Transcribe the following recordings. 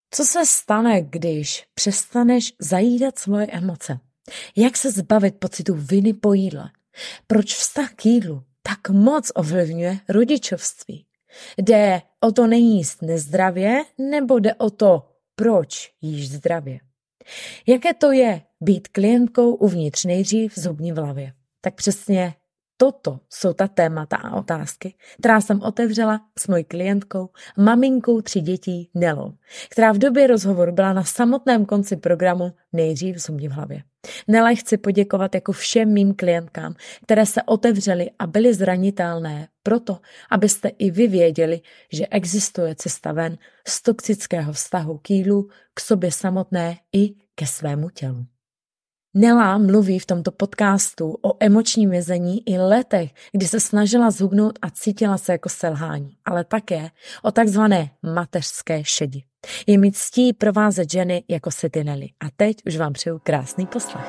Co se stane, když přestaneš zajídat svoje emoce? Jak se zbavit pocitu viny po jídle? Proč vztah k jídlu tak moc ovlivňuje rodičovství? Jde o to nejíst nezdravě, nebo jde o to, proč jíš zdravě? Jaké to je být klientkou uvnitř nejdřív zubní v hlavě? Tak přesně toto jsou ta témata a otázky, která jsem otevřela s mojí klientkou, maminkou 3 dětí Nelou, která v době rozhovoru byla na samotném konci programu Nejdřív zubní v hlavě. Nele chci poděkovat jako všem mým klientkám, které se otevřely a byly zranitelné, proto, abyste i vy věděli, že existuje cesta ven z toxického vztahu k jídlu, k sobě samotné i ke svému tělu. Nela mluví v tomto podcastu o emočním vězení i letech, kdy se snažila zhubnout a cítila se jako selhání, ale také o takzvané mateřské šedi. Je mi ctí provázet ženy jako si ty Nelly. A teď už vám přeju krásný poslech.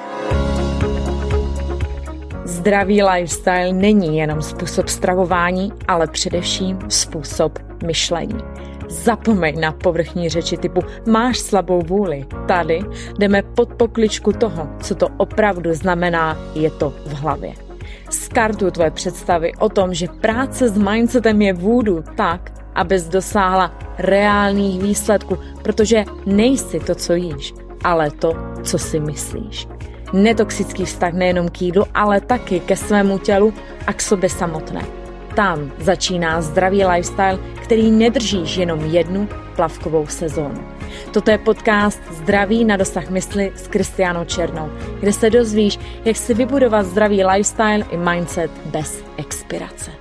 Zdravý lifestyle není jenom způsob stravování, ale především způsob myšlení. Zapomeň na povrchní řeči typu máš slabou vůli. Tady jdeme pod pokličku toho, co to opravdu znamená, je to v hlavě. Skartuj tvoje představy o tom, že práce s mindsetem je vůdu tak, abys dosáhla reálných výsledků, protože nejsi to, co jíš, ale to, co si myslíš. Netoxický vztah nejenom k jídlu, ale taky ke svému tělu a k sobě samotné. Tam začíná zdravý lifestyle, který nedržíš jenom jednu plavkovou sezónu. Toto je podcast Zdraví na dosah mysli s Kristiánou Černou, kde se dozvíš, jak si vybudovat zdravý lifestyle i mindset bez expirace.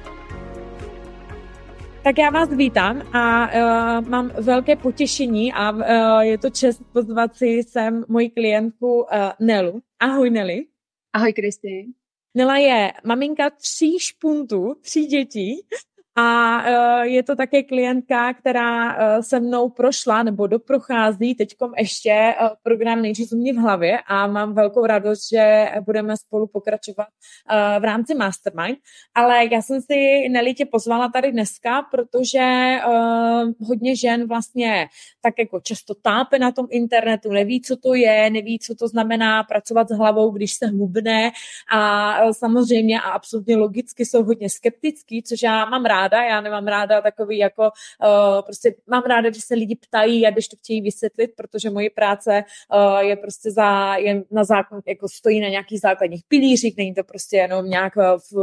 Tak já vás vítám a mám velké potěšení a je to čest pozvat si sem moji klientku Nelu. Ahoj Nelly. Ahoj Kristi. Nela je maminka 3 špuntů, 3 dětí a je to také klientka, která se mnou prošla nebo doprochází teďkom ještě program Nejdřív zubní v hlavě a mám velkou radost, že budeme spolu pokračovat v rámci Mastermind. Ale já jsem si Nelly tě pozvala tady dneska, protože hodně žen vlastně tak jako často tápe na tom internetu, neví, co to je, neví, co to znamená pracovat s hlavou, když se hubne a samozřejmě a absolutně logicky jsou hodně skeptický, což já mám ráda. Já nemám ráda takový jako, prostě mám ráda, že se lidi ptají a když to chtějí vysvětlit, protože moje práce je prostě je na základ, jako stojí na nějakých základních pilířích, není to prostě jenom nějak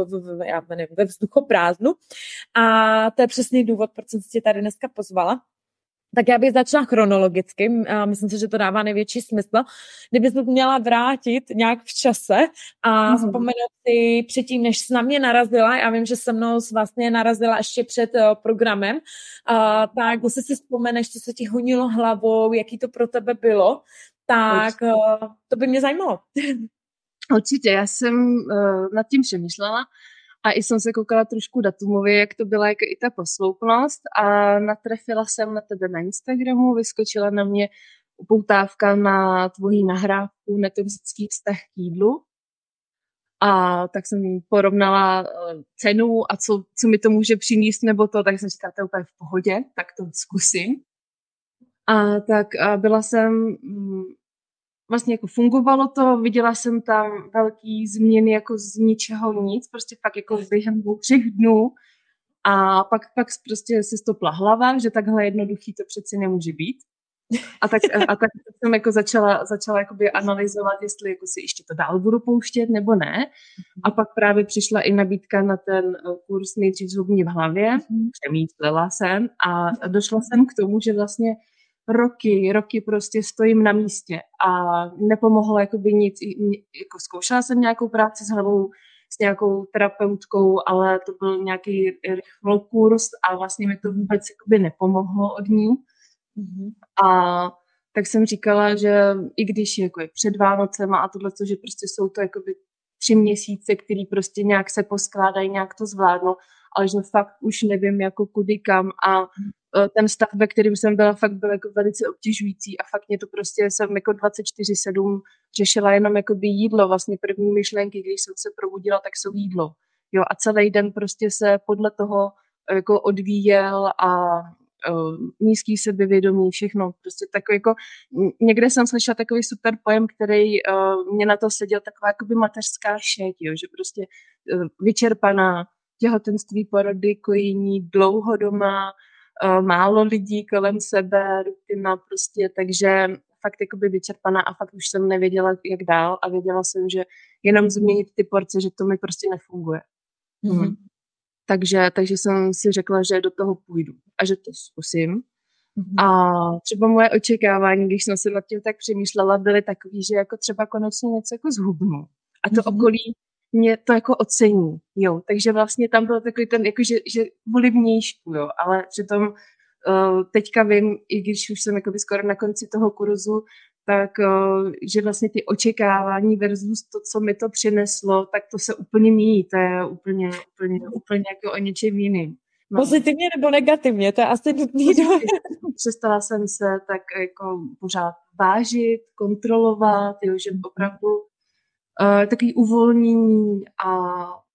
ve vzduchoprázdnu. A to je přesný důvod, proč jsem si tě tady dneska pozvala. Tak já bych začala chronologicky, myslím si, že to dává největší smysl, kdybych se měla vrátit nějak v čase a vzpomenout si předtím, než jsi na mě narazila, já vím, že se mnou vlastně narazila ještě před programem, tak když si vzpomeneš, co se ti honilo hlavou, jaký to pro tebe bylo, tak to by mě zajímalo. Určitě, já jsem nad tím přemýšlela a i jsem se koukala trošku datumově, jak to byla jako i ta posloupnost a natrefila jsem na tebe na Instagramu, vyskočila na mě upoutávka na tvoji nahrávku Netoxický vztah k jídlu a tak jsem porovnala cenu a co mi to může přinést nebo to, tak jsem říkala, to je úplně v pohodě, tak to zkusím. A tak byla jsem vlastně jako fungovalo to, viděla jsem tam velký změny jako z ničeho nic, prostě fakt jako během 2-3 dnů a pak prostě se stopla hlava, že takhle jednoduchý to přeci nemůže být. A tak jsem jako začala jakoby analyzovat, jestli jako si ještě to dál budu pouštět nebo ne. A pak právě přišla i nabídka na ten kurz Nejdřív zubní v hlavě, přemýšlela jsem a došla jsem k tomu, že vlastně roky prostě stojím na místě a nepomohlo jakoby nic. Jako zkoušela jsem nějakou práci s hlavou s nějakou terapeutkou, ale to byl nějaký rychlý kurz a vlastně mi to vůbec jakoby nepomohlo od ní. A tak jsem říkala, že i když jako je před Vánocema a tohle, že prostě jsou to jakoby 3 měsíce, který prostě nějak se poskládají, nějak to zvládnou, ale že fakt už nevím jako kudy kam a ten stav, ve kterém jsem byla, fakt byl jako velice obtěžující a fakt mě to prostě jsem jako 24/7 řešila jenom jakoby jídlo, vlastně první myšlenky, když jsem se probudila, tak jsou jídlo. Jo, a celý den prostě se podle toho jako odvíjel a nízký sebevědomí, všechno. Prostě takový jako, někde jsem slyšela takový super pojem, který mě na to seděl, taková jakoby mateřská šeť, jo, že prostě vyčerpaná, těhotenství, porody, kojení, dlouho doma, málo lidí kolem sebe, rutina prostě, takže fakt jakoby vyčerpaná a fakt už jsem nevěděla, jak dál a věděla jsem, že jenom změnit ty porce, že to mi prostě nefunguje. Mm-hmm. Takže jsem si řekla, že do toho půjdu a že to zkusím. Mm-hmm. A třeba moje očekávání, když jsem se nad tím tak přemýšlela, byly takový, že jako třeba konečně něco jako zhubnu. A to okolí mě to jako ocení, jo. Takže vlastně tam byl takový ten, jako že vůli vnějšku, jo. Ale přitom teďka vím, i když už jsem jakoby skoro na konci toho kurzu, tak že vlastně ty očekávání versus to, co mi to přineslo, tak to se úplně míjí, to je úplně jako o něčem jiným. No. Pozitivně nebo negativně, to je asi nutný. Přestala jsem se tak jako pořád vážit, kontrolovat, jo, že opravdu takový uvolnění a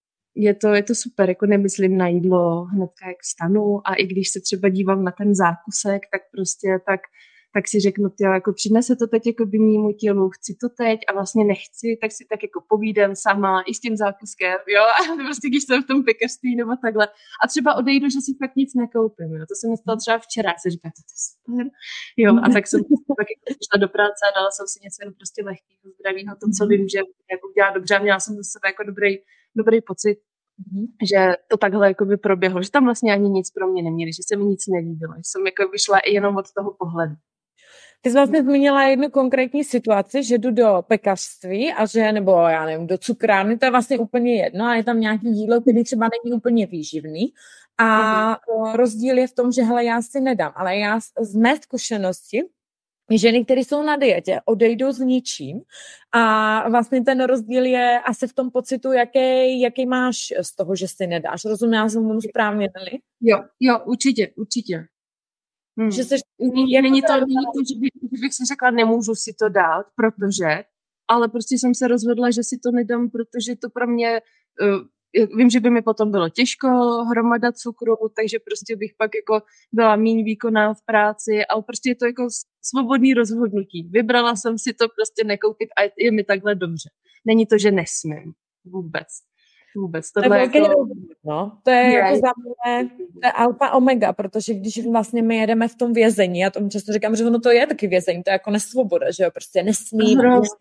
je to super, jako nemyslím na jídlo hnedka jak vstanu a i když se třeba dívám na ten zákusek, tak prostě tak si řeknu, jako přinese to teď jako by mému tělu, chci to teď a vlastně nechci, tak si tak jako povídám sama i s tím zákuskem, jo, a prostě když jsem v tom pekařství nebo takhle. A třeba odejdu, že si fakt nic nekoupím, jo, to se mi stalo třeba včera, se říká, to je super, jo, a tak jsem tak jako přišla do práce a dala jsem si něco prostě lehkého, zdravého, to, co vím, že jako dělá dobře a měla jsem ze sebe jako dobrý pocit, že to takhle jako by proběhlo, že tam vlastně ani nic pro mě neměli, že se mi nic nelíbilo, že jsem jako vyšla i jenom od toho pohledu. Ty jsi vlastně zmínila jednu konkrétní situaci, že jdu do pekařství a že, nebo já nevím, do cukrárny, to je vlastně úplně jedno, a je tam nějaký jídlo, který třeba není úplně výživný a rozdíl je v tom, že hele, já si nedám, ale já z mé zkušenosti, ženy, které jsou na dietě, odejdou s ničím a vlastně ten rozdíl je asi v tom pocitu, jaký máš z toho, že si nedáš. Rozuměla jsem tomu správně, Neli? Jo, určitě. Že seš, není to, že bych si řekla, nemůžu si to dát, protože, ale prostě jsem se rozhodla, že si to nedám, protože to pro mě, vím, že by mi potom bylo těžko, hromada cukru, takže prostě bych pak jako byla méně výkonná v práci, ale prostě je to jako svobodný rozhodnutí. Vybrala jsem si to prostě nekoupit a je mi takhle dobře. Není to, že nesmím. Vůbec. Tohle to je jako... No, to je jako za mě, to je alfa omega, protože když vlastně my jedeme v tom vězení, já tomu často říkám, že ono to je taky vězení, to je jako nesvoboda, že jo, prostě nesmím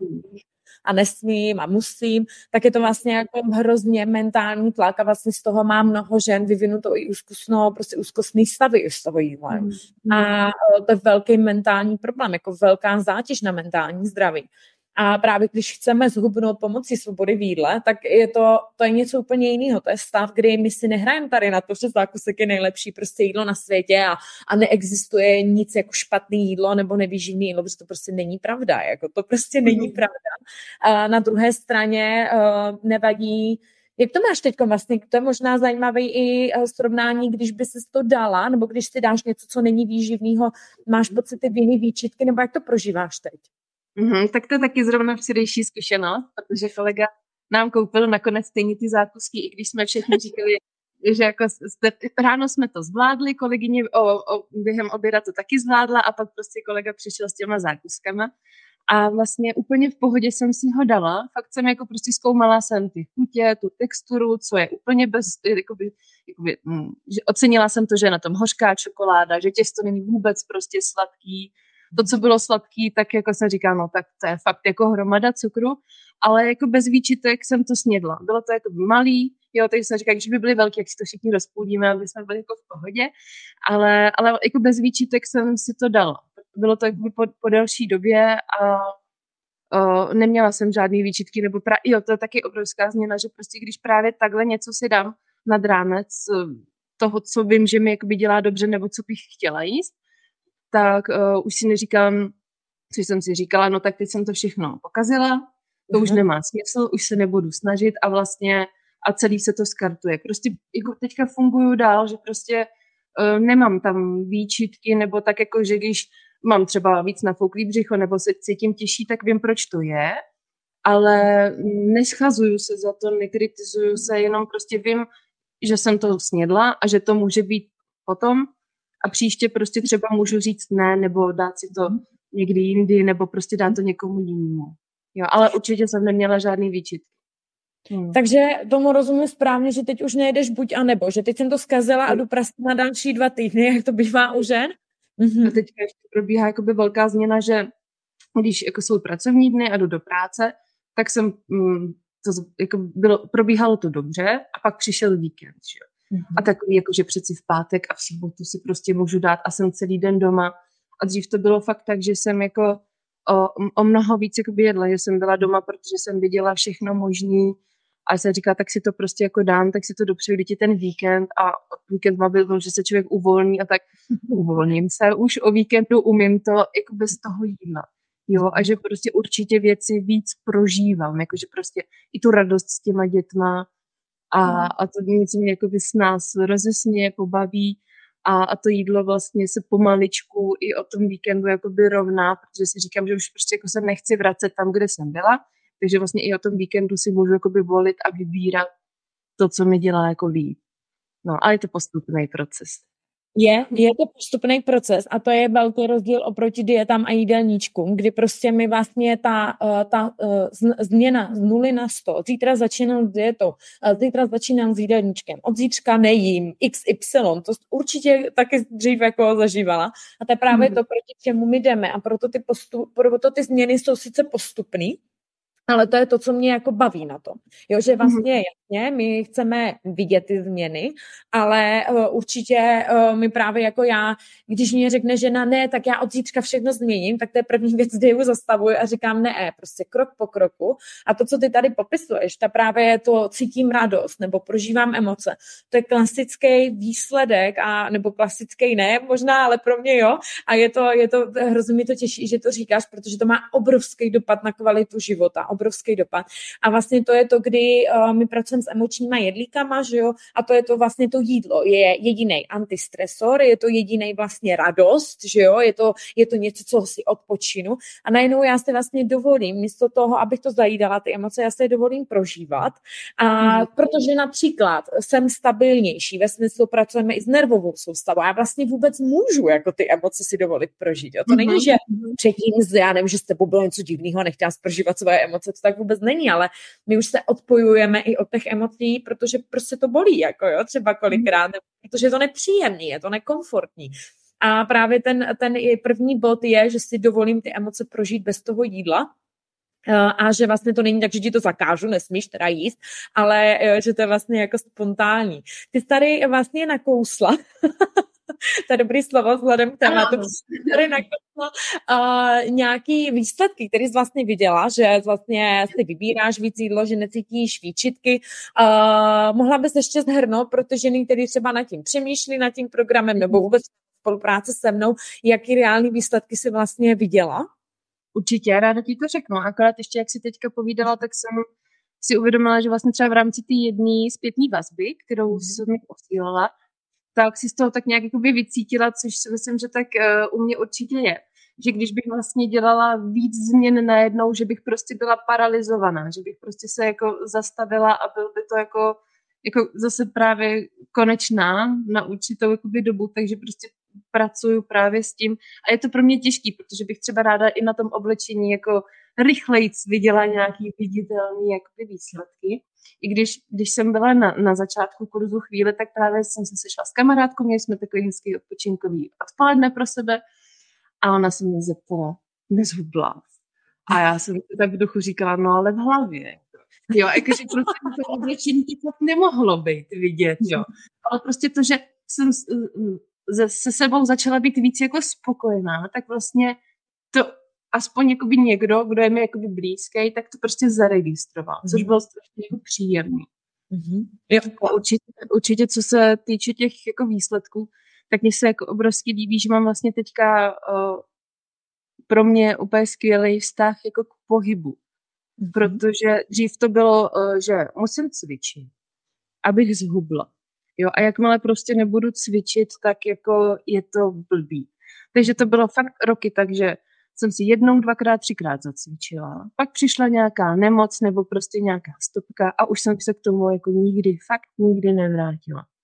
a musím, tak je to vlastně jako hrozně mentální tlak a vlastně z toho má mnoho žen vyvinuto i úzkostný stavy z toho jídla. A to je velký mentální problém, jako velká zátěž na mentální zdraví. A právě když chceme zhubnout pomocí svobody v jídle, tak to je něco úplně jiného. To je stav, kdy my si nehrajeme tady na to, že zákusek je nejlepší prostě jídlo na světě a neexistuje nic jako špatné jídlo nebo nevýživné jídlo, protože to prostě není pravda. Jako to prostě není pravda. A na druhé straně nevadí. Jak to máš teď vlastně? To je možná zajímavé i srovnání, když by ses to dala, nebo když si dáš něco, co není výživného, máš pocity viny, výčitky, nebo jak to prožíváš teď? Tak to je taky zrovna včerejší zkušenost, protože kolega nám koupil nakonec stejně ty zákusky, i když jsme všichni říkali, že jako ráno jsme to zvládli, kolegyně během oběda to taky zvládla a pak prostě kolega přišel s těma zákuskama a vlastně úplně v pohodě jsem si ho dala, fakt jsem jako prostě zkoumala jsem ty chutě, tu texturu, co je úplně že ocenila jsem to, že je na tom hořká čokoláda, že těsto není vůbec prostě sladký. To, co bylo sladký, tak jako se říká, no tak to je fakt jako hromada cukru, ale jako bez výčitek jsem to snědla. Bylo to jako malý, jo, takže jsem říkala, když by byly velký, jak si to všichni rozpůlíme, aby jsme byli jako v pohodě, ale jako bez výčitek jsem si to dala. Bylo to jako po delší době a neměla jsem žádný výčitky, nebo to je taky obrovská změna, že prostě když právě takhle něco si dám nad rámec toho, co vím, že mi jakoby dělá dobře, nebo co bych chtěla jíst, tak už si neříkám, co jsem si říkala, no tak teď jsem to všechno pokazila, to už nemá smysl, už se nebudu snažit a vlastně a celý se to skartuje. Prostě jako teďka funguju dál, že prostě nemám tam výčitky, nebo tak jako, že když mám třeba víc nafouklý břicho, nebo se cítím těžší, tak vím, proč to je, ale neschazuju se za to, nekritizuju se, jenom prostě vím, že jsem to snědla a že to může být potom A příště prostě třeba můžu říct ne, nebo dát si to někdy jindy, nebo prostě dát to někomu jinému. Jo, ale určitě jsem neměla žádný výčit. Takže tomu rozumím správně, že teď už nejedeš buď a nebo, že teď jsem to zkazila a jdu prasit na další 2 týdny, jak to bývá u žen. A teďka ještě probíhá jakoby velká změna, že když jako jsou pracovní dny a jdu do práce, tak jsem jako probíhalo to dobře a pak přišel víkend. Že? A takový jako, že přeci v pátek a v sobotu si prostě můžu dát a jsem celý den doma. A dřív to bylo fakt tak, že jsem jako o mnoho víc jakoby jedla, že jsem byla doma, protože jsem viděla všechno možný a jsem říkala, tak si to prostě jako dám, tak si to dopřeju, když je ten víkend a víkend má byl, že se člověk uvolní a tak uvolním se, už o víkendu umím to jako bez toho jídla. Jo, a že prostě určitě věci víc prožívám, jakože prostě i tu radost s těma dětma a to něco mě jakoby s nás rozesměje, pobaví a to jídlo vlastně se pomaličku i o tom víkendu jakoby rovná, protože si říkám, že už prostě jako se nechci vracet tam, kde jsem byla, takže vlastně i o tom víkendu si můžu jakoby volit a vybírat to, co mi dělá jako líp. No, ale je to postupný proces. Je to postupný proces a to je velký rozdíl oproti dietám a jídelníčkům, kdy prostě mi vlastně ta změna z 0 na 100, zítra začínám s dietou, zítra začínám s jídelníčkem, od zítřka nejím XY, to určitě taky dřív jako zažívala a to je právě to, proti čemu my jdeme a proto ty změny jsou sice postupný, ale to je to, co mě jako baví na tom. Jo, že vlastně jasně, my chceme vidět ty změny, ale určitě my právě jako já, když mě řekne žena ne, tak já od zítřka všechno změním, tak to je první věc, kde ji zastavuji a říkám ne, prostě krok po kroku. A to, co ty tady popisuješ, ta právě to cítím radost nebo prožívám emoce, to je klasický výsledek, nebo klasický ne, možná, ale pro mě jo. A je to hrozně mi to těší, že to říkáš, protože to má obrovský dopad na kvalitu života, obrovský dopad. A vlastně to je to, kdy my pracujeme s emočníma jedlíkama, že jo, a to je to vlastně to jídlo. Je jediný antistresor, je to jediný vlastně radost, že jo, je to něco, co si odpočinu a najednou já si vlastně dovolím, místo toho, abych to zajídala, ty emoce, já si je dovolím prožívat. A protože například jsem stabilnější, ve smyslu pracujeme i s nervovou soustavou, já vlastně vůbec můžu jako ty emoce si dovolit prožít. Jo. To není, že předtím, já nevím, že s tebou bylo něco divného a nechtěla prožívat svoje emoce, to tak vůbec není, ale my už se odpojujeme i od těch emocí, protože prostě to bolí, jako jo, třeba kolikrát, protože je to nepříjemný, je to nekomfortní. A právě ten první bod je, že si dovolím ty emoce prožít bez toho jídla, a že vlastně to není tak, že ti to zakážu, nesmíš teda jíst, ale že to je vlastně jako spontánní. Ty jsi tady vlastně nakousla, to je dobrý slovo vzhledem k tématu, tady nakousla nějaký výsledky, které jsi vlastně viděla, že vlastně si vybíráš víc jídlo, že necítíš výčitky. Mohla bys ještě shrnout, protože ženy, které třeba nad tím přemýšlí, nad tím programem nebo vůbec spolupráce se mnou, jaký reální výsledky si vlastně viděla? Určitě, ráda ti to řeknu. Akorát ještě, jak jsi teďka povídala, tak jsem si uvědomila, že vlastně třeba v rámci té jedné zpětné vazby, kterou jsem mi posílala, tak si z toho tak nějak jakoby vycítila, což si myslím, že tak u mě určitě je. Že když bych vlastně dělala víc změn najednou, že bych prostě byla paralizovaná, že bych prostě se jako zastavila a byl by to jako zase právě konečná na určitou jakoby dobu, takže prostě pracuju právě s tím a je to pro mě těžký, protože bych třeba ráda i na tom oblečení jako rychlejc viděla nějaký viditelný jakoby výsledky. I když jsem byla na začátku kurzu chvíli, tak právě jsem se sešla s kamarádkou, měli jsme takový hezký odpočinkový odpoledne pro sebe a ona se mě zeptala, nezhubla. A já jsem tak v duchu říkala, no ale v hlavě. Jo, jakože prostě to oblečení tak nemohlo být vidět, jo. Ale prostě to, že jsem se sebou začala být víc jako spokojená, tak vlastně to aspoň jakoby někdo, kdo je mi jakoby blízký, tak to prostě zaregistroval, což bylo strašně jako příjemný. A určitě, co se týče těch jako výsledků, tak mně se jako obrovsky líbí, že mám vlastně teďka pro mě úplně skvělý vztah jako k pohybu. Protože dřív to bylo, že musím cvičit, abych zhubla. Jo, a jakmile prostě nebudu cvičit, tak jako je to blbý. Takže to bylo fakt roky, takže jsem si 1, 2krát, 3krát zacvičila. Pak přišla nějaká nemoc nebo prostě nějaká stopka a už jsem se k tomu jako nikdy nevrátila.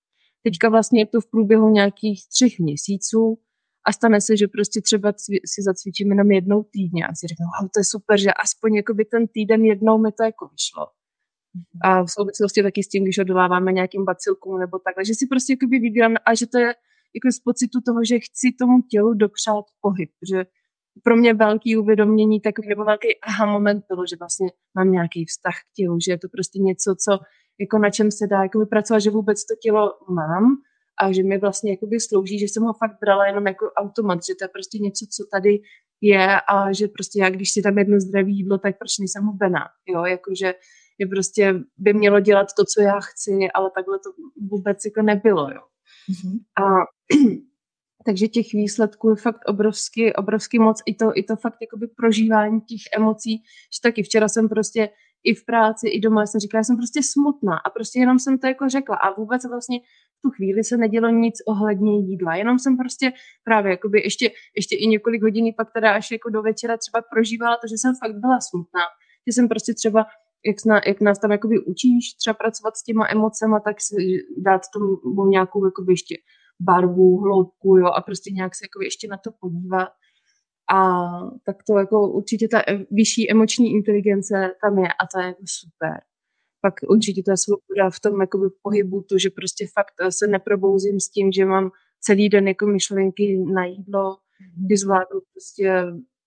Teďka vlastně je to v průběhu nějakých 3 měsíců a stane se, že prostě třeba si zacvičím jenom jednou týdně a si řeknu, wow, to je super, že aspoň jakoby ten týden jednou mi to jako vyšlo. A v souvislosti taky s tím, když odoláváme nějakým bacilkům nebo takhle, že si prostě jakoby vybírám a že to je jako z pocitu toho, že chci tomu tělu dopřát pohyb, že pro mě velký uvědomění takový nebo velký aha moment bylo, že vlastně mám nějaký vztah k tělu, že je to prostě něco, co jako na čem se dá jako pracovat, že vůbec to tělo mám a že mi vlastně jakoby slouží, že jsem ho fakt brala jenom jako automat, že to je prostě něco, co tady je a že prostě já, když si tam jedno zdravé jídlo, tak proč nejsem hubená, jo, jakože je prostě by mělo dělat to, co já chci, ale takhle to vůbec jako nebylo, jo. Mm-hmm. A takže těch výsledků je fakt obrovský moc. I to fakt jakoby prožívání těch emocí, že taky včera jsem prostě i v práci, i doma jsem říkala, že jsem prostě smutná a prostě jenom jsem to jako řekla a vůbec vlastně v tu chvíli se nedělo nic ohledně jídla, jenom jsem prostě právě jakoby ještě i několik hodin pak teda až jako do večera třeba prožívala to, že jsem fakt byla smutná, že jsem prostě třeba jak nás tam jakoby učíš třeba pracovat s těma emocema, tak si dát tomu nějakou jakoby ještě barvu, hloubku, jo, a prostě nějak se jako ještě na to podívat. A tak to jako určitě ta vyšší emoční inteligence tam je a to je jako super. Pak určitě ta svoboda v tom jakoby pohybu, to, že prostě fakt se neprobouzím s tím, že mám celý den jako myšlenky na jídlo, kdy zvládnu prostě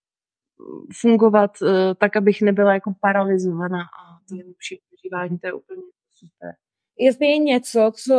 fungovat tak, abych nebyla jako paralizovaná a to je lepší prožívání, to je úplně super. Jestli je něco, co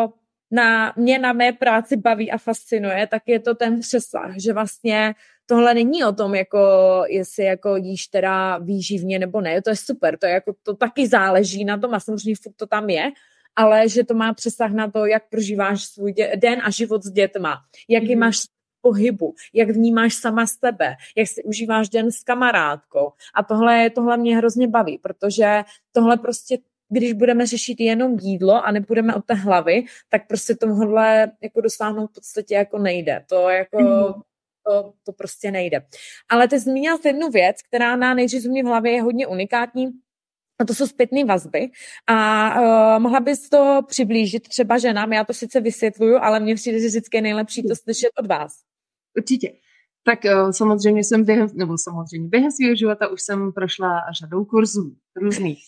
mě na mé práci baví a fascinuje, tak je to ten přesah, že vlastně tohle není o tom, jako jestli jako jíš teda výživně nebo ne, to je super, to je jako, to taky záleží na tom a samozřejmě furt to tam je, ale že to má přesah na to, jak prožíváš svůj den a život s dětma, jaký máš pohybu, jak vnímáš sama sebe, jak si užíváš den s kamarádkou a tohle mě hrozně baví, protože tohle prostě když budeme řešit jenom jídlo a nepůjdeme od té hlavy, tak prostě tomuhle jako dosáhnout v podstatě jako nejde. To jako to prostě nejde. Ale ty zmínila jsi jednu věc, která na nejdřív mě v hlavě je hodně unikátní, a to jsou zpětné vazby. A mohla bys to přiblížit třeba ženám? Já to sice vysvětluju, ale mně přijde, že vždycky je nejlepší to slyšet od vás. Určitě. Tak samozřejmě během svého života už jsem prošla řadou kurzů různých.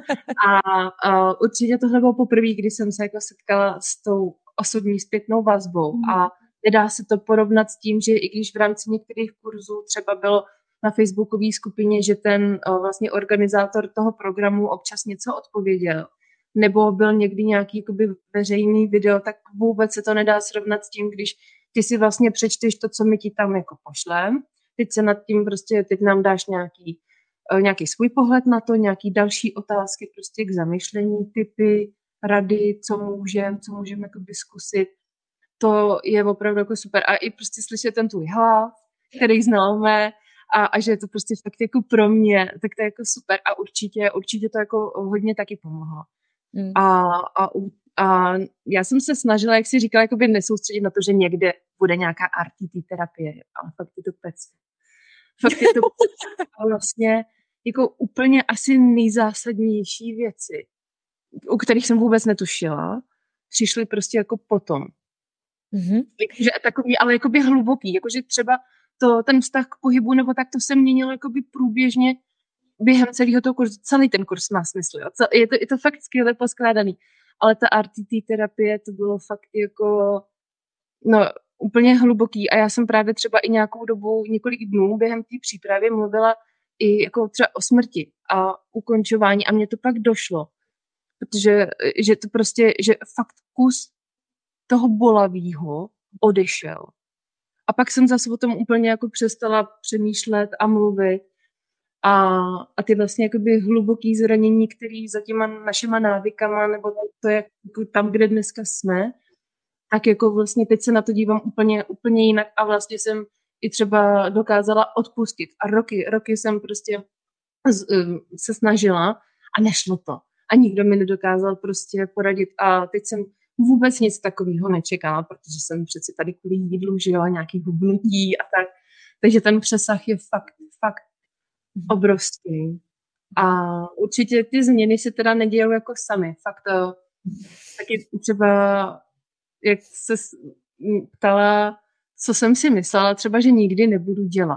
A určitě tohle bylo poprvé, kdy jsem se jako setkala s tou osobní zpětnou vazbou a nedá se to porovnat s tím, že i když v rámci některých kurzů třeba bylo na facebookové skupině, že ten vlastně organizátor toho programu občas něco odpověděl, nebo byl někdy nějaký jakoby veřejný video, tak vůbec se to nedá srovnat s tím, když ty si vlastně přečteš to, co my ti tam jako pošlem, teď se nad tím prostě, teď nám dáš nějaký svůj pohled na to, nějaký další otázky prostě k zamyšlení, tipy, rady, co můžeme jakoby zkusit. To je opravdu jako super. A i prostě slyšet ten tvůj hlas, který známe a že je to prostě fakt jako pro mě, tak to je jako super a určitě to jako hodně taky pomohlo. A já jsem se snažila, jak jsi říkala, jakoby nesoustředit na to, že někde bude nějaká RTT terapie, ale fakt je to pec. Fakt je to vlastně jako úplně asi nejzásadnější věci, u kterých jsem vůbec netušila, přišly prostě jako potom. Mm-hmm. Jakože takový, ale jakoby hluboký, jakože třeba ten vztah k pohybu, nebo tak to se měnilo jakoby průběžně během celého toho kurzu. Celý ten kurz má smysl, jo. Je to fakt skvěle poskládaný. Ale ta RTT terapie, to bylo fakt jako úplně hluboký a já jsem právě třeba i nějakou dobu, několik dnů během té přípravy mluvila i jako třeba o smrti a ukončování a mně to pak došlo, protože že to prostě, že fakt kus toho bolavýho odešel. A pak jsem zase o tom úplně jako přestala přemýšlet a mluvit a ty vlastně jakoby hluboký zranění, který za těma našima návykama, nebo to je jako tam, kde dneska jsme, tak jako vlastně teď se na to dívám úplně jinak a vlastně jsem i třeba dokázala odpustit. A roky jsem prostě se snažila a nešlo to. A nikdo mi nedokázal prostě poradit a teď jsem vůbec nic takového nečekala, protože jsem přeci tady kvůli jídlu, že jo, nějaký hubnutí a tak. Takže ten přesah je fakt obrovský. A určitě ty změny se teda nedějou jako sami. Fakt taky třeba jak se ptala, co jsem si myslela, třeba, že nikdy nebudu dělat.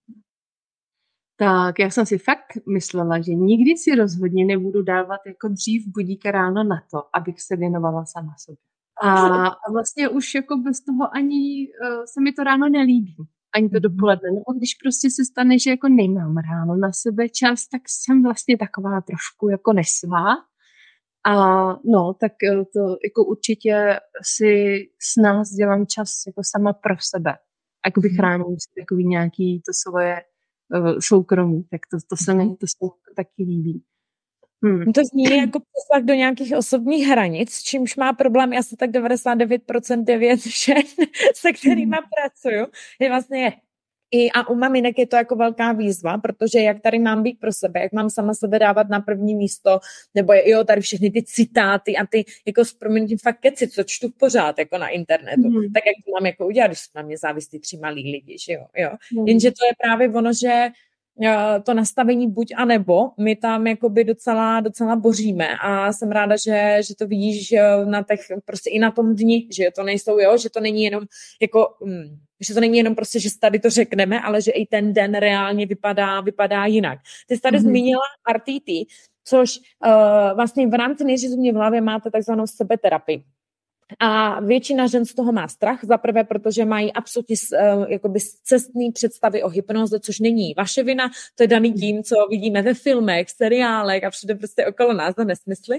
Tak já jsem si fakt myslela, že nikdy si rozhodně nebudu dávat jako dřív budíka ráno na to, abych se věnovala sama sobě. A vlastně už jako bez toho ani se mi to ráno nelíbí, ani to dopoledne. No, když prostě se stane, že jako nemám ráno na sebe čas, tak jsem vlastně taková trošku jako nesvá. A no, tak to jako určitě si s nás dělám čas jako sama pro sebe. Jako bych ráno si takový nějaký to svoje soukromí, tak to se mi taky líbí. To zní jako přesah do nějakých osobních hranic, čímž má problém asi tak 99% žen, se kterýma pracuju, je vlastně a u maminek je to jako velká výzva, protože jak tady mám být pro sebe, jak mám sama sebe dávat na první místo, nebo tady všechny ty citáty a ty jako s proměnutím fakt keci, co čtu pořád jako na internetu, tak jak to mám jako udělat, když jsou na mě závislí 3 malí lidi, že jo. Jenže to je právě ono, že to nastavení buď a nebo, my tam jakoby docela boříme a jsem ráda, že to vidíš na těch, prostě i na tom dni, že to nejsou, že to není jenom jako, že to není jenom prostě, že tady to řekneme, ale že i ten den reálně vypadá jinak. Ty jsi tady zmínila RTT, což vlastně v rámci Nejdřív mě v hlavě máte takzvanou sebeterapii. A většina žen z toho má strach, zaprvé, protože mají absolutně jakoby scestný představy o hypnoze, což není vaše vina, to je daný tím, co vidíme ve filmech, seriálech a všude prostě okolo nás za nesmysly.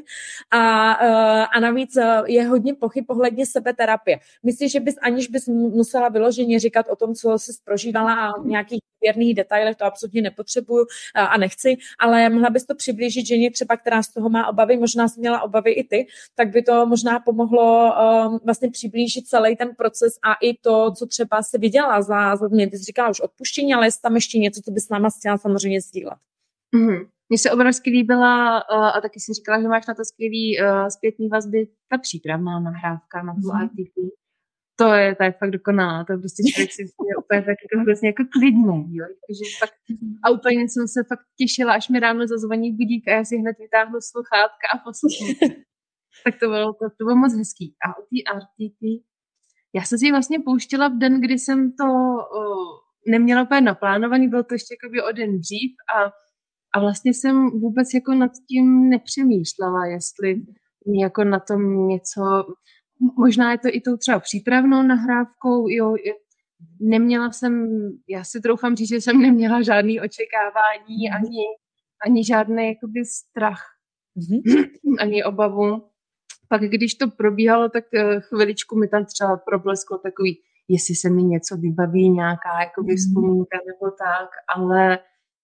A navíc je hodně pochyb ohledně sebeterapie. Myslíš, že aniž bys musela vyloženě říkat o tom, co jsi prožívala a nějakých věrných detailech, to absolutně nepotřebuju a nechci, ale mohla bys to přiblížit ženě třeba, která z toho má obavy, možná jsi měla obavy i ty, tak by to možná pomohlo vlastně přiblížit celý ten proces a i to, co třeba si viděla za mě. Ty jsi říkala už odpuštění, ale jest tam ještě něco, co bys s náma chtěla samozřejmě sdílet. Mně se obrovsky líbila a taky si říkala, že máš na to skvělý zpětný vazby, ta přípravná nahrávka na tu RTT. To je fakt dokonalá, to prostě člověk si je úplně tak jako hrozně jako klidný, jo. A úplně jsem se fakt těšila, až mi ráno zazvoní budík a já si hned vytáhnu sluchátka a poslouchám. Tak to bylo moc hezký. A o té RTT, já jsem si ji vlastně pouštěla v den, kdy jsem to neměla úplně naplánovaný, bylo to ještě jakoby o den dřív a vlastně jsem vůbec jako nad tím nepřemýšlela, jestli mě jako na tom něco, možná je to i tou třeba přípravnou nahrávkou, jo, já si troufám říct, že jsem neměla žádný očekávání, ani žádný jakoby strach, ani obavu. Pak když to probíhalo, tak chviličku mi tam třeba problesklo takový, jestli se mi něco vybaví, nějaká jakoby vzpomínka nebo tak, ale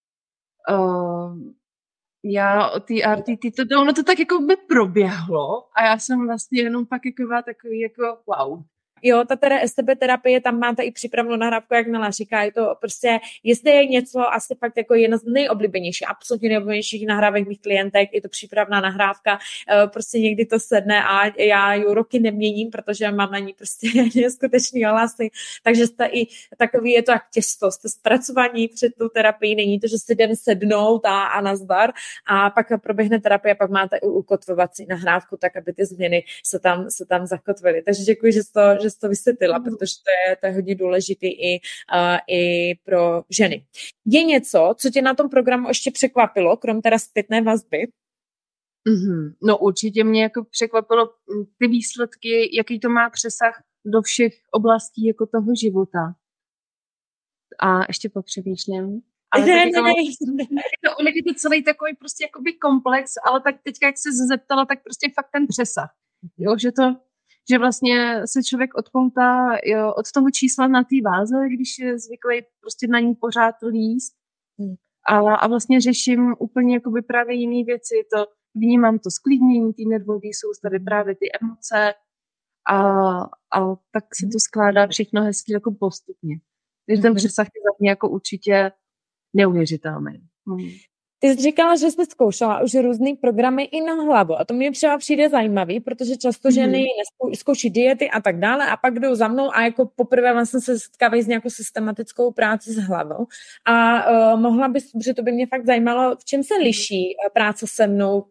já o té RTT, ono to tak jako by proběhlo a já jsem vlastně jenom pak takový jako wow. Jo, ta sebeterapie, tam máte i připravenou nahrávku, jak Nela říká, je to prostě, jestli je něco asi fakt jako jedna z nejoblíbenějších, absolutně nejoblíbenějších nahrávek mých klientek, je to přípravná nahrávka, prostě někdy to sedne a já ji roky neměním, protože mám na ní prostě neskutečný hlasy, takže jste i takový, je to jak těsto, jste zpracovaní před tou terapií, není to, že si jdem sednout a nazdar a pak proběhne terapie a pak máte i ukotvovací nahrávku, tak aby ty změny se tam zakotvily. Takže děkuji, že to vysvětlila, protože to je hodně důležitý i pro ženy. Je něco, co tě na tom programu ještě překvapilo, krom teda zpětné vazby? No určitě mě jako překvapilo ty výsledky, jaký to má přesah do všech oblastí jako toho života. A ještě popřemýšlím. Ale ne. Je to celý takový prostě jakoby komplex, ale tak teďka, jak se zeptala, tak prostě fakt ten přesah. Jo, že vlastně se člověk odpoutá od toho čísla na té váze, když je zvyklý prostě na ní pořád líst. A vlastně řeším úplně jakoby právě jiné věci. Vnímám to sklidnění, ty nervové soustavy, právě ty emoce a tak se to skládá všechno hezky jako postupně. Takže ten přesah je za mě jako určitě neuvěřitelný. Ty jsi říkala, že jsi zkoušela už různý programy i na hlavu a to mě třeba přijde zajímavý, protože často ženy zkouší diety a tak dále a pak jdou za mnou a jako poprvé vlastně se setkávají s nějakou systematickou práci s hlavou a mohla bys, protože to by mě fakt zajímalo, v čem se liší práce se mnou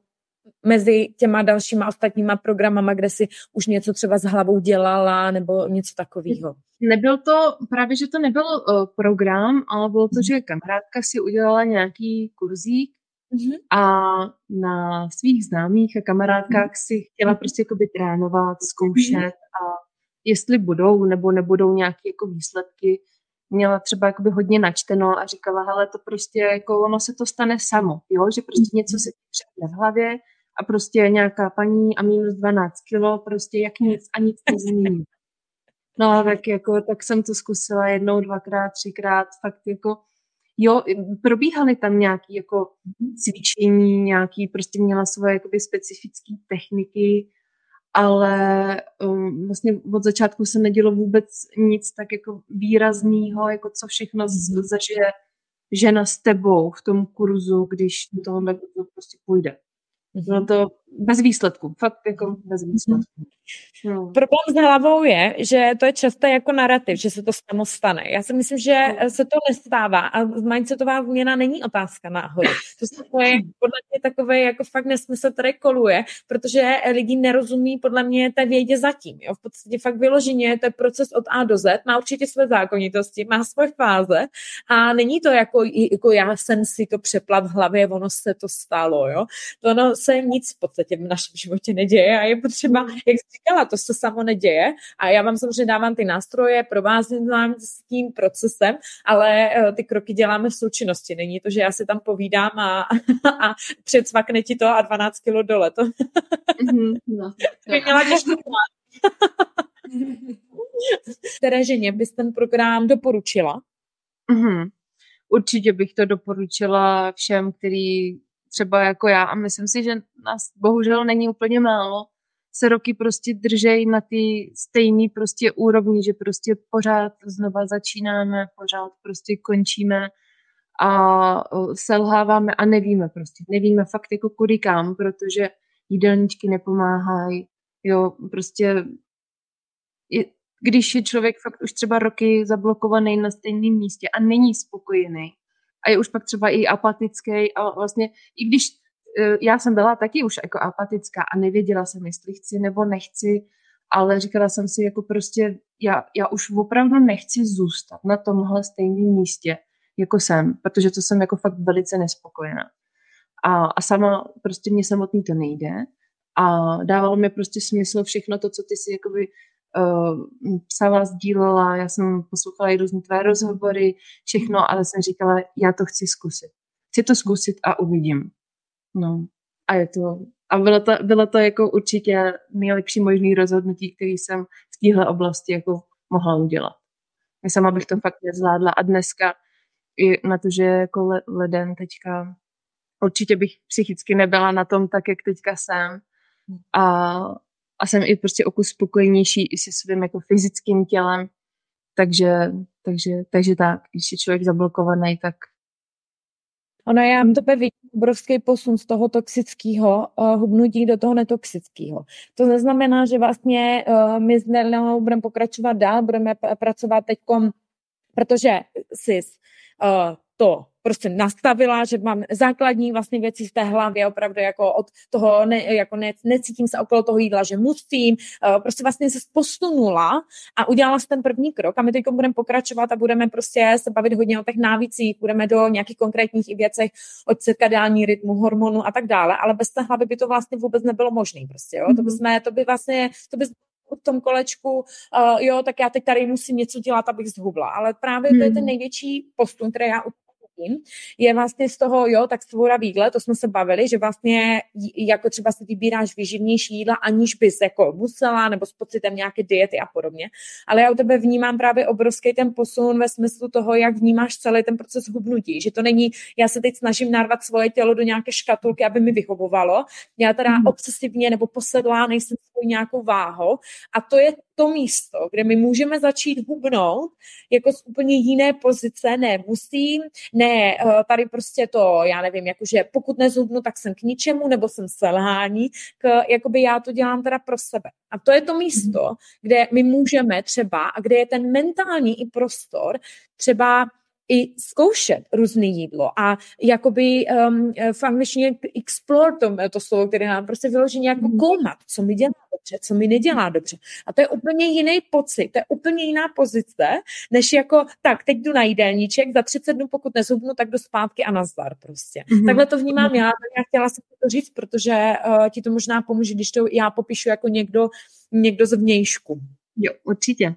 mezi těma dalšíma ostatníma programama, kde si už něco třeba s hlavou dělala nebo něco takového? Nebyl to, právě že to nebyl program, ale bylo to, že kamarádka si udělala nějaký kurzík a na svých známých a kamarádkách si chtěla prostě jakoby trénovat, zkoušet a jestli budou nebo nebudou nějaké jako výsledky, měla třeba jakoby hodně načteno a říkala, hele, to prostě jako ono se to stane samo, jo, že prostě něco se přepne v hlavě a prostě nějaká paní a minus 12 kilo, prostě jak nic a nic nezmění. No a tak jsem to zkusila jednou, dvakrát, třikrát, fakt jako, jo, probíhaly tam nějaký jako cvičení, nějaký, prostě měla svoje jakoby specifické techniky, ale vlastně od začátku se nedělo vůbec nic tak jako výrazného, jako co všechno zažije žena s tebou v tom kurzu, když do tohohle prostě půjde. Bylo to bez výsledku, fakt jako bez výsledku. No. Problém s hlavou je, že to je často jako narrativ, že se to samo stane. Já si myslím, že se to nestává a mindsetová změna není otázka náhody. To je podle mě takové jako fakt nesmysl, který koluje, protože lidi nerozumí podle mě té vědě zatím. Jo? V podstatě fakt vyloženě to je proces od A do Z, má určitě své zákonitosti, má svoje fáze a není to jako já jsem si to přeplat v hlavě, ono se to stalo. Jo? To ono se nic v podstatě v našem životě neděje a je potřeba, jak jsi říkala, to se samo neděje a já vám samozřejmě dávám ty nástroje, provázím s tím procesem, ale ty kroky děláme v součinnosti. Není to, že já si tam povídám a předsvakne ti to a 12 kilo dole. To by měla těžkou Které ženě bys ten program doporučila? Určitě bych to doporučila všem, který třeba jako já a myslím si, že nás bohužel není úplně málo, se roky prostě držej na ty stejný prostě úrovni, že prostě pořád znova začínáme, pořád prostě končíme a selháváme a nevíme fakt jako kudy kam, protože jídelníčky nepomáhají, jo, prostě když je člověk fakt už třeba roky zablokovaný na stejném místě a není spokojený a je už pak třeba i apatický a vlastně i když já jsem byla taky už jako apatická a nevěděla jsem, jestli chci nebo nechci, ale říkala jsem si jako prostě já už opravdu nechci zůstat na tomhle stejném místě, jako jsem, protože to jsem jako fakt velice nespokojená. A sama prostě mě samotný to nejde a dávalo mi prostě smysl všechno to, co ty si jakoby psala, sdílela, já jsem poslouchala i různé tvé rozhovory, všechno, ale jsem říkala, já to chci zkusit. Chci to zkusit a uvidím. No a je to, a bylo to jako určitě nejlepší možný rozhodnutí, který jsem v téhle oblasti jako mohla udělat. Já sama bych to fakt nezvládla a dneska i na to, že jako leden teďka určitě bych psychicky nebyla na tom tak, jak teďka jsem a jsem i prostě o kus spokojenější i se svým jako fyzickým tělem, takže tak, když je člověk zablokovaný, tak Ono, já v tobě vidím obrovský posun z toho toxického hubnutí do toho netoxického. To neznamená, že vlastně my s Nelenou budeme pokračovat dál, budeme pracovat teďkom, protože jsi to prostě nastavila, že mám základní vlastně věci v té hlavě, opravdu jako od toho, necítím se okolo toho jídla, že musím, prostě vlastně se posunula a udělala si ten první krok a my teď budeme pokračovat a budeme prostě se bavit hodně o těch návycích, budeme do nějakých konkrétních i věcech od cirkadiální rytmu, hormonů a tak dále, ale bez té hlavy by to vlastně vůbec nebylo možné prostě, jo, to by v tom kolečku, jo, tak já teď tady musím něco dělat, abych zhubla, ale právě to je ten největší postup, který já je vlastně z toho, jo, tak svoboda jídla, to jsme se bavili, že vlastně jako třeba si vybíráš výživnější jídla, aniž bys jako musela, nebo s pocitem nějaké diety a podobně. Ale já u tebe vnímám právě obrovský ten posun ve smyslu toho, jak vnímáš celý ten proces hubnutí, že to není, já se teď snažím narvat svoje tělo do nějaké škatulky, aby mi vyhovovalo, já teda obsesivně nebo posedlá nejsem svou nějakou váhou a to je to místo, kde my můžeme začít hubnout jako z úplně jiné pozice, ne musím, ne tady prostě to, já nevím, jakože pokud nezhubnu, tak jsem k ničemu, nebo jsem selhání, jakoby já to dělám teda pro sebe. A to je to místo, kde my můžeme třeba, a kde je ten mentální i prostor, třeba i zkoušet různé jídlo a jakoby v angličtině explore to slovo, které nám prostě vyloženě jako koumat, co mi dělá dobře, co mi nedělá dobře. A to je úplně jiný pocit, to je úplně jiná pozice, než jako, tak, teď jdu na jídelníček, za 30 dnů, pokud nezhubnu, tak jdu zpátky a nazdar prostě. Takhle to vnímám já chtěla jsem to říct, protože ti to možná pomůže, když to já popíšu jako někdo z vnějšku. Jo, určitě.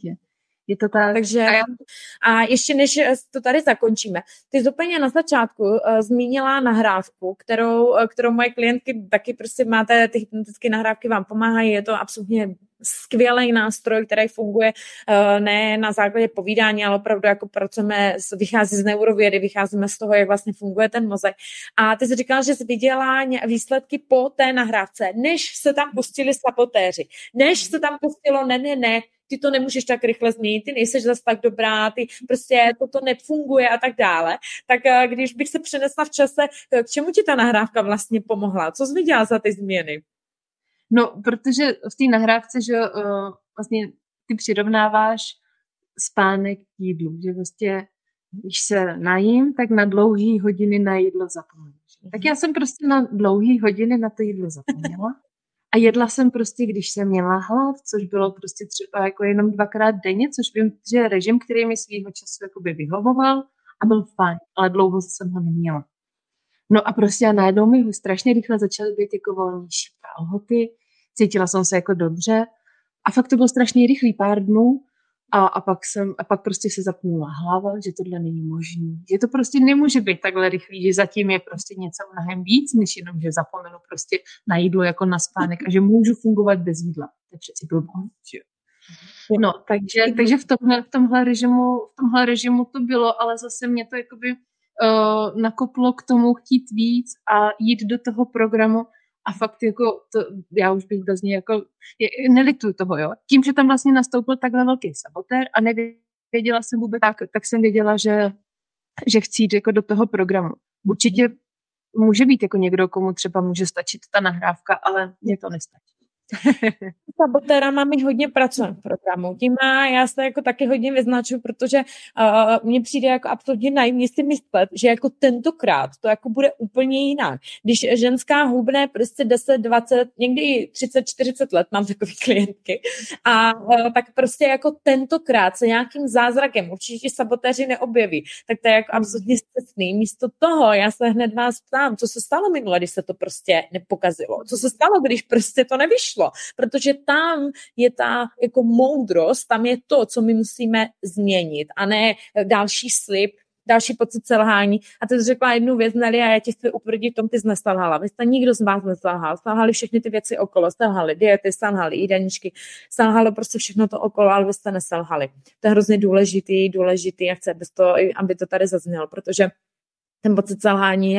Je to tak. Takže a ještě než to tady zakončíme, ty jsi úplně na začátku zmínila nahrávku, kterou moje klientky taky prostě máte, ty hypnotické nahrávky vám pomáhají, je to absolutně skvělý nástroj, který funguje ne na základě povídání, ale opravdu jako pracujeme, vychází z neurovědy, vycházíme z toho, jak vlastně funguje ten mozek. A ty jsi říkala, že jsi viděla výsledky po té nahrávce, než se tam pustili sabotéři, než se tam pustilo ne, ty to nemůžeš tak rychle změnit, ty nejseš zase tak dobrá, ty prostě toto nefunguje a tak dále. Tak když bych se přenesla v čase, k čemu ti ta nahrávka vlastně pomohla? Co jsi viděla za ty změny? No, protože v té nahrávce, že vlastně ty přirovnáváš spánek k jídlu, že vlastně, když se najím, tak na dlouhý hodiny na jídlo zapomenu. Tak já jsem prostě na dlouhý hodiny na to jídlo zapomněla. A jedla jsem prostě, když jsem měla hlad, což bylo prostě třeba jako jenom 2krát denně, což vím, že je režim, který mi svýho času jakoby vyhovoval a byl fajn, ale dlouho jsem ho neměla. No a prostě najednou mi strašně rychle začaly být jako volnější kalhoty, cítila jsem se jako dobře a fakt to bylo strašně rychlý pár dnů a pak prostě se zapnula hlava, že tohle není možný, že to prostě nemůže být takhle rychlý, že zatím je prostě něco mnohem víc, než jenom, že zapomenu prostě na jídlo jako na spánek a že můžu fungovat bez jídla. To je přeci blbost. No, takže v tomhle režimu to bylo, ale zase mě to jakoby nakoplo k tomu chtít víc a jít do toho programu a fakt jako to, já už bych bez něj jako nelituju toho, jo. Tím, že tam vlastně nastoupil takhle velký sabotér a nevěděla jsem vůbec tak jsem věděla, že chci jít jako do toho programu. Určitě může být jako někdo, komu třeba může stačit ta nahrávka, ale mně to nestačí. Sabotérama my hodně pracujeme v programu. Já se jako taky hodně vyznačuju, protože mně přijde jako absolutně naivně si myslet, že jako tentokrát to jako bude úplně jinak. Když ženská hubne prostě 10, 20, někdy i 30, 40 let, mám takový klientky, a tak prostě jako tentokrát se nějakým zázrakem určitě sabotéři neobjeví, tak to je jako absolutně scestný. Místo toho já se hned vás ptám, co se stalo minule, když se to prostě nepokazilo? Co se stalo, když prostě to nevyšlo? Protože tam je ta jako moudrost, tam je to, co my musíme změnit a ne další slib, další pocit selhání. A ty jsi řekla jednu věc, Nelly, a já ti chci utvrdit v tom, ty jsi neselhala. Vy jste nikdo z vás neselhal. Selhali všechny ty věci okolo. Selhali diety, selhali jídelníčky, selhalo prostě všechno to okolo, ale vy jste neselhali. To je hrozně důležitý a chci, aby to tady zaznělo, protože ten pocit selhání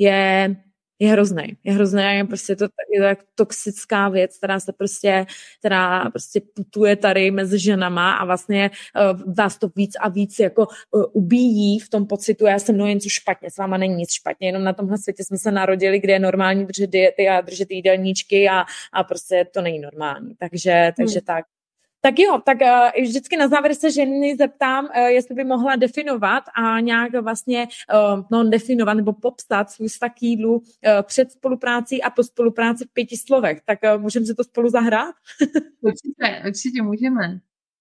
je hrozný. Je prostě to je toxická věc, která prostě putuje tady mezi ženama a vlastně vás to víc a víc jako ubíjí v tom pocitu, já jsem něco špatně, s váma není nic špatně, jenom na tomhle světě jsme se narodili, kde je normální držet diety a držet jídelníčky a prostě to není normální. Takže tak. Tak jo, tak vždycky na závěr se ženy zeptám, jestli by mohla definovat a nějak vlastně definovat nebo popsat svůj vztah k jídlu před spoluprácí a po spolupráci v 5 slovech. Tak můžeme si to spolu zahrát? Určitě můžeme.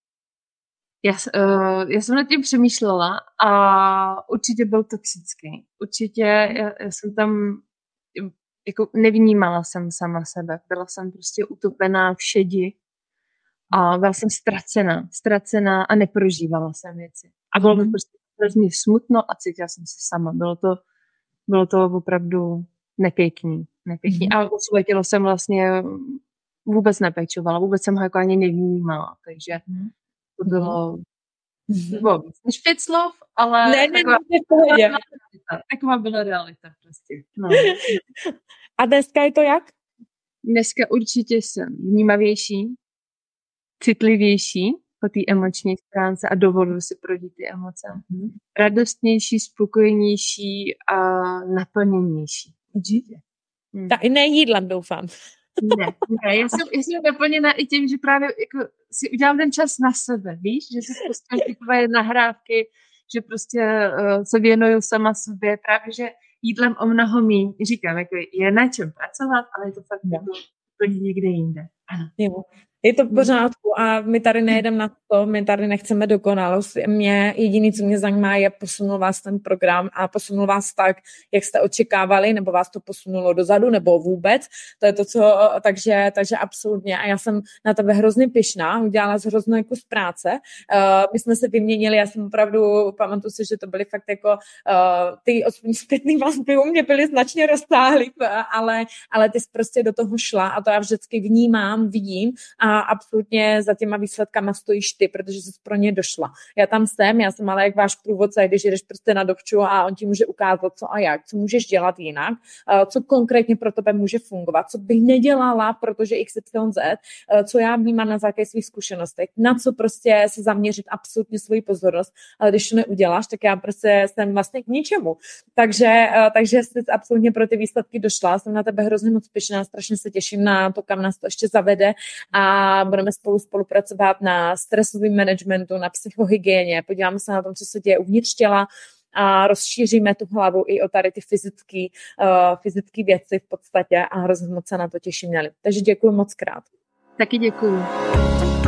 Já jsem nad tím přemýšlela a určitě byl toxický. Určitě já jsem tam, jako nevnímala jsem sama sebe. Byla jsem prostě utopená v šedi. A byla jsem ztracená a neprožívala jsem věci. A bylo mi prostě hrozně smutno a cítila jsem se sama. Bylo to opravdu nepěkný. A o svoje tělo jsem vlastně vůbec nepečovala, vůbec jsem ho jako ani nevnímala, takže to bylo víc než 5 slov, ale taková byla realita prostě. No. A dneska je to jak? Dneska určitě jsem vnímavější, citlivější po té emoční stránce a dovoluji si prožít ty emoce. Radostnější, spokojenější a naplněnější. Určitě. Ne jídlem, doufám. Ne, já jsem naplněná i tím, že právě jako si udělám ten čas na sebe, víš, že si pustím takové nahrávky, že prostě se věnuju sama sobě, právě že jídlem o mnoho míň. Říkám, jako je na čem pracovat, ale je to fakt jako úplně někde jinde. Ano. Je to v pořádku a my tady nejedeme na to, my tady nechceme dokonalost. Jediné, co mě zajímá, je posunul vás ten program a posunul vás tak, jak jste očekávali, nebo vás to posunulo dozadu, nebo vůbec. To je to, co, takže absolutně. A já jsem na tebe hrozně pyšná, udělala jsi hrozný kus práce. My jsme se vyměnili, já jsem opravdu, pamatuju si, že to byly fakt jako ty zpětný vazby u mě byly značně rozsáhlý, ale ty jsi prostě do toho šla a to já vždycky vnímám, vidím a absolutně za těma výsledkama stojíš ty, protože jsi pro ně došla. Já jsem ale jak váš průvodce, když jdeš prostě na dovču a on ti může ukázat, co a jak, co můžeš dělat jinak, co konkrétně pro tebe může fungovat, co bych nedělala, protože XYZ, co já vnímám na základě svých zkušeností, na co prostě se zaměřit absolutně svoji pozornost, ale když to neuděláš, tak já prostě jsem vlastně k ničemu. Takže jsi absolutně pro ty výsledky došla, jsem na tebe hrozně moc pyšná, strašně se těším na to, kam nás to ještě zavede a budeme spolupracovat na stresovém managementu, na psychohygieně, podíváme se na tom, co se děje uvnitř těla a rozšíříme tu hlavu i o tady ty fyzické věci v podstatě a hrozně moc se na to těším. Takže děkuji moc krát. Taky děkuji.